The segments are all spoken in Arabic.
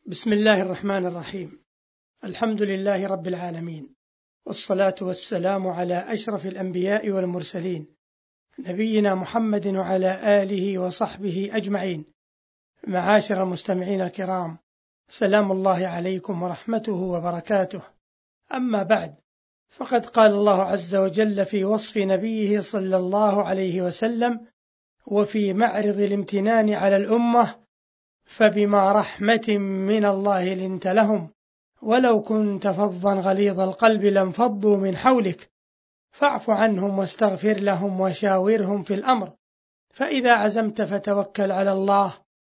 بسم الله الرحمن الرحيم. الحمد لله رب العالمين، والصلاة والسلام على أشرف الأنبياء والمرسلين، نبينا محمد وعلى آله وصحبه أجمعين. معاشر المستمعين الكرام، سلام الله عليكم ورحمته وبركاته. أما بعد، فقد قال الله عز وجل في وصف نبيه صلى الله عليه وسلم وفي معرض الامتنان على الأمة: فبما رحمة من الله لنت لهم ولو كنت فظا غليظ القلب لانفضوا من حولك فاعف عنهم واستغفر لهم وشاورهم في الأمر فإذا عزمت فتوكل على الله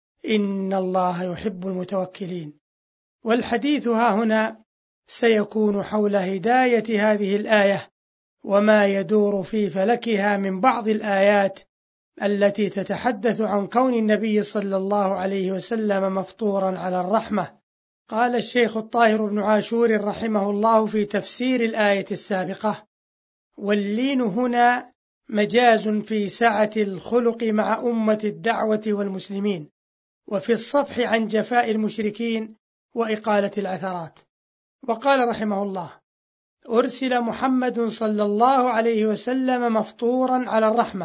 إن الله يحب المتوكلين. والحديث هنا سيكون حول هداية هذه الآية وما يدور في فلكها من بعض الآيات التي تتحدث عن كون النبي صلى الله عليه وسلم مفطورا على الرحمة. قال الشيخ الطاهر بن عاشور رحمه الله في تفسير الآية السابقة: واللين هنا مجاز في سعة الخلق مع أمة الدعوة والمسلمين، وفي الصفح عن جفاء المشركين وإقالة العثرات. وقال رحمه الله: أرسل محمد صلى الله عليه وسلم مفطورا على الرحمة،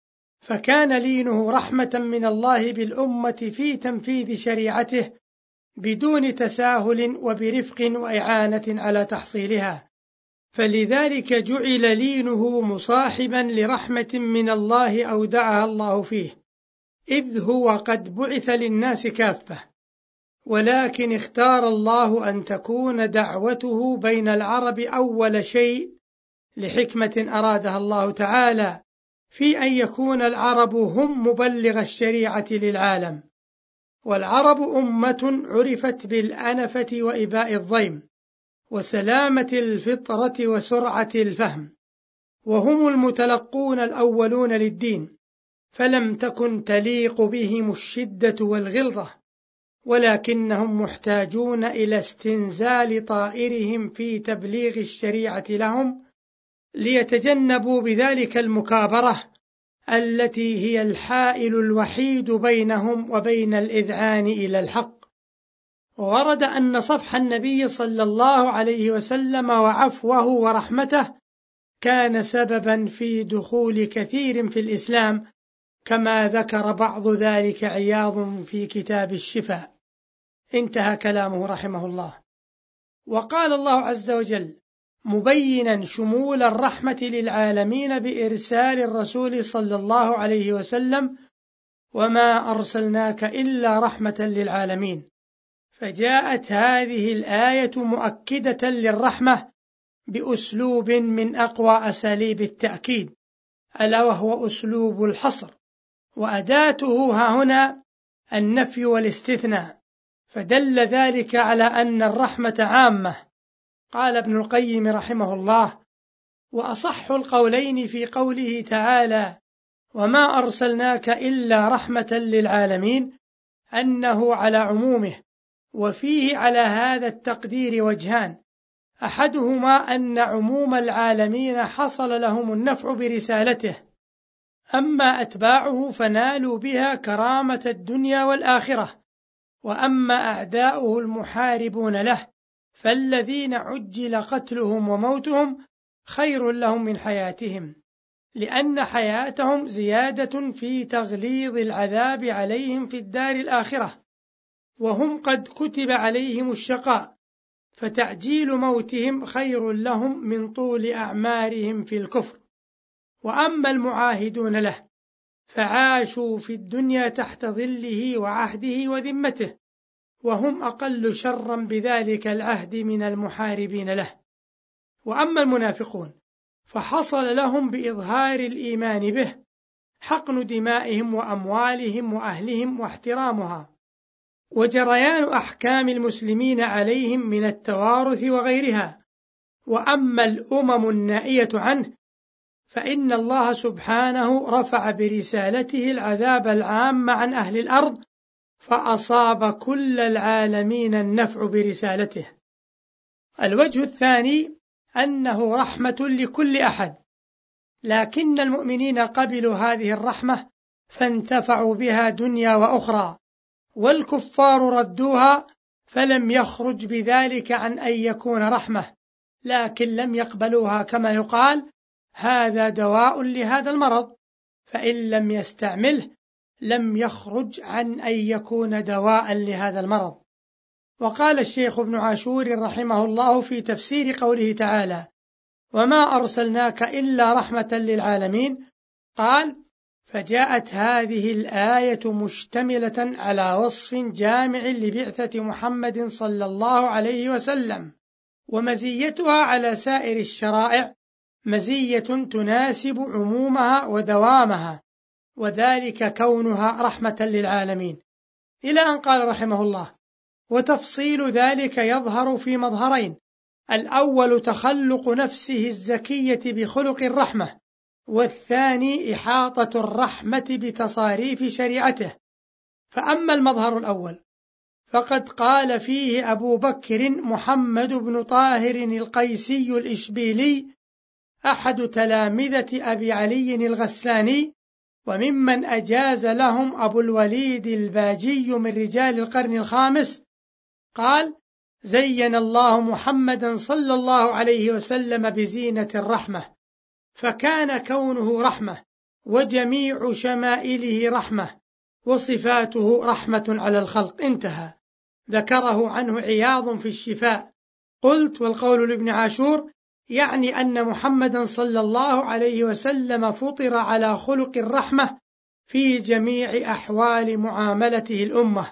فكان لينه رحمة من الله بالأمة في تنفيذ شريعته بدون تساهل وبرفق وإعانة على تحصيلها، فلذلك جعل لينه مصاحبا لرحمة من الله أودعها الله فيه، إذ هو قد بعث للناس كافة، ولكن اختار الله أن تكون دعوته بين العرب أول شيء لحكمة أرادها الله تعالى في أن يكون العرب هم مبلغ الشريعة للعالم. والعرب أمة عرفت بالأنفة وإباء الضيم وسلامة الفطرة وسرعة الفهم، وهم المتلقون الأولون للدين، فلم تكن تليق بهم الشدة والغلظة، ولكنهم محتاجون إلى استنزال طائرهم في تبليغ الشريعة لهم ليتجنبوا بذلك المكابرة التي هي الحائل الوحيد بينهم وبين الإذعان إلى الحق. ورد أن صفح النبي صلى الله عليه وسلم وعفوه ورحمته كان سببا في دخول كثير في الإسلام، كما ذكر بعض ذلك عياض في كتاب الشفاء. انتهى كلامه رحمه الله. وقال الله عز وجل مبينا شمول الرحمة للعالمين بإرسال الرسول صلى الله عليه وسلم: وما أرسلناك إلا رحمة للعالمين. فجاءت هذه الآية مؤكدة للرحمة بأسلوب من أقوى أساليب التأكيد، ألا وهو أسلوب الحصر، وأداته ها هنا النفي والاستثناء، فدل ذلك على أن الرحمة عامة. قال ابن القيم رحمه الله: وأصح القولين في قوله تعالى وما أرسلناك إلا رحمة للعالمين أنه على عمومه، وفيه على هذا التقدير وجهان: أحدهما أن عموم العالمين حصل لهم النفع برسالته، أما أتباعه فنالوا بها كرامة الدنيا والآخرة، وأما أعداؤه المحاربون له فالذين عجل قتلهم وموتهم خير لهم من حياتهم، لأن حياتهم زيادة في تغليظ العذاب عليهم في الدار الآخرة، وهم قد كتب عليهم الشقاء، فتعجيل موتهم خير لهم من طول أعمارهم في الكفر. وأما المعاهدون له فعاشوا في الدنيا تحت ظله وعهده وذمته، وهم أقل شرا بذلك العهد من المحاربين له. وأما المنافقون فحصل لهم بإظهار الإيمان به حقن دمائهم وأموالهم وأهلهم واحترامها، وجريان أحكام المسلمين عليهم من التوارث وغيرها. وأما الأمم النائية عنه فإن الله سبحانه رفع برسالته العذاب العام عن أهل الأرض، فأصاب كل العالمين النفع برسالته. الوجه الثاني أنه رحمة لكل أحد، لكن المؤمنين قبلوا هذه الرحمة فانتفعوا بها دنيا وأخرى، والكفار ردوها فلم يخرج بذلك عن أن يكون رحمة، لكن لم يقبلوها كما يقال هذا دواء لهذا المرض، فإن لم يستعمله لم يخرج عن أن يكون دواء لهذا المرض. وقال الشيخ ابن عاشور رحمه الله في تفسير قوله تعالى: وما أرسلناك إلا رحمة للعالمين، قال: فجاءت هذه الآية مشتملة على وصف جامع لبعثة محمد صلى الله عليه وسلم، ومزيتها على سائر الشرائع مزية تناسب عمومها ودوامها، وذلك كونها رحمة للعالمين، إلى أن قال رحمه الله: وتفصيل ذلك يظهر في مظهرين: الأول تخلق نفسه الزكية بخلق الرحمة، والثاني إحاطة الرحمة بتصاريف شريعته. فأما المظهر الأول فقد قال فيه أبو بكر محمد بن طاهر القيسي الإشبيلي أحد تلامذة أبي علي الغساني، وممن أجاز لهم أبو الوليد الباجي من رجال القرن الخامس، قال: زين الله محمدا صلى الله عليه وسلم بزينة الرحمة، فكان كونه رحمة، وجميع شمائله رحمة، وصفاته رحمة على الخلق. انتهى. ذكره عنه عياض في الشفاء. قلت: والقول لابن عاشور يعني أن محمدا صلى الله عليه وسلم فطر على خلق الرحمة في جميع أحوال معاملته الأمة،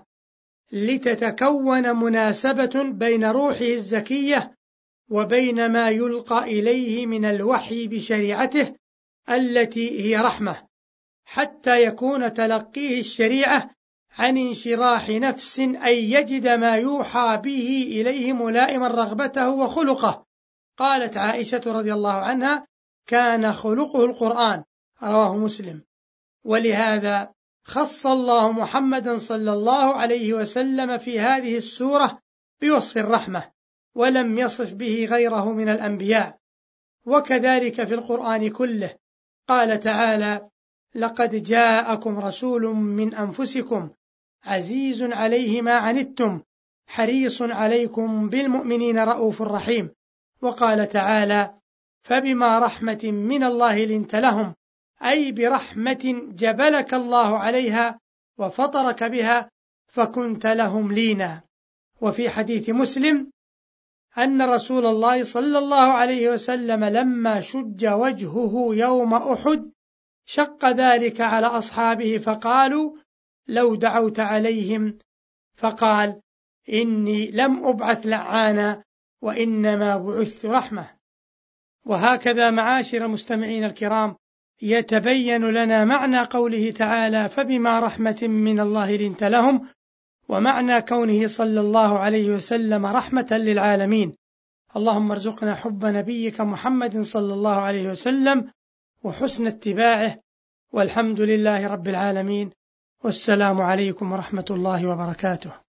لتتكون مناسبة بين روحه الزكية وبين ما يلقى إليه من الوحي بشريعته التي هي رحمة، حتى يكون تلقيه الشريعة عن انشراح نفس أن يجد ما يوحى به إليه ملائما رغبته وخلقه. قالت عائشة رضي الله عنها: كان خلقه القرآن، رواه مسلم. ولهذا خص الله محمدا صلى الله عليه وسلم في هذه السورة بوصف الرحمة، ولم يصف به غيره من الأنبياء. وكذلك في القرآن كله، قال تعالى: لقد جاءكم رسول من أنفسكم عزيز عليه ما عنتم حريص عليكم بالمؤمنين رؤوف رحيم. وقال تعالى: فبما رحمة من الله لنت لهم، أي برحمة جبلك الله عليها وفطرك بها فكنت لهم لينا. وفي حديث مسلم أن رسول الله صلى الله عليه وسلم لما شج وجهه يوم أحد شق ذلك على أصحابه فقالوا: لو دعوت عليهم، فقال: إني لم أبعث لعانا وإنما بعثت رحمة. وهكذا معاشر مستمعين الكرام يتبين لنا معنى قوله تعالى: فبما رحمة من الله لنت لهم، ومعنى كونه صلى الله عليه وسلم رحمة للعالمين. اللهم ارزقنا حب نبيك محمد صلى الله عليه وسلم وحسن اتباعه، والحمد لله رب العالمين، والسلام عليكم ورحمة الله وبركاته.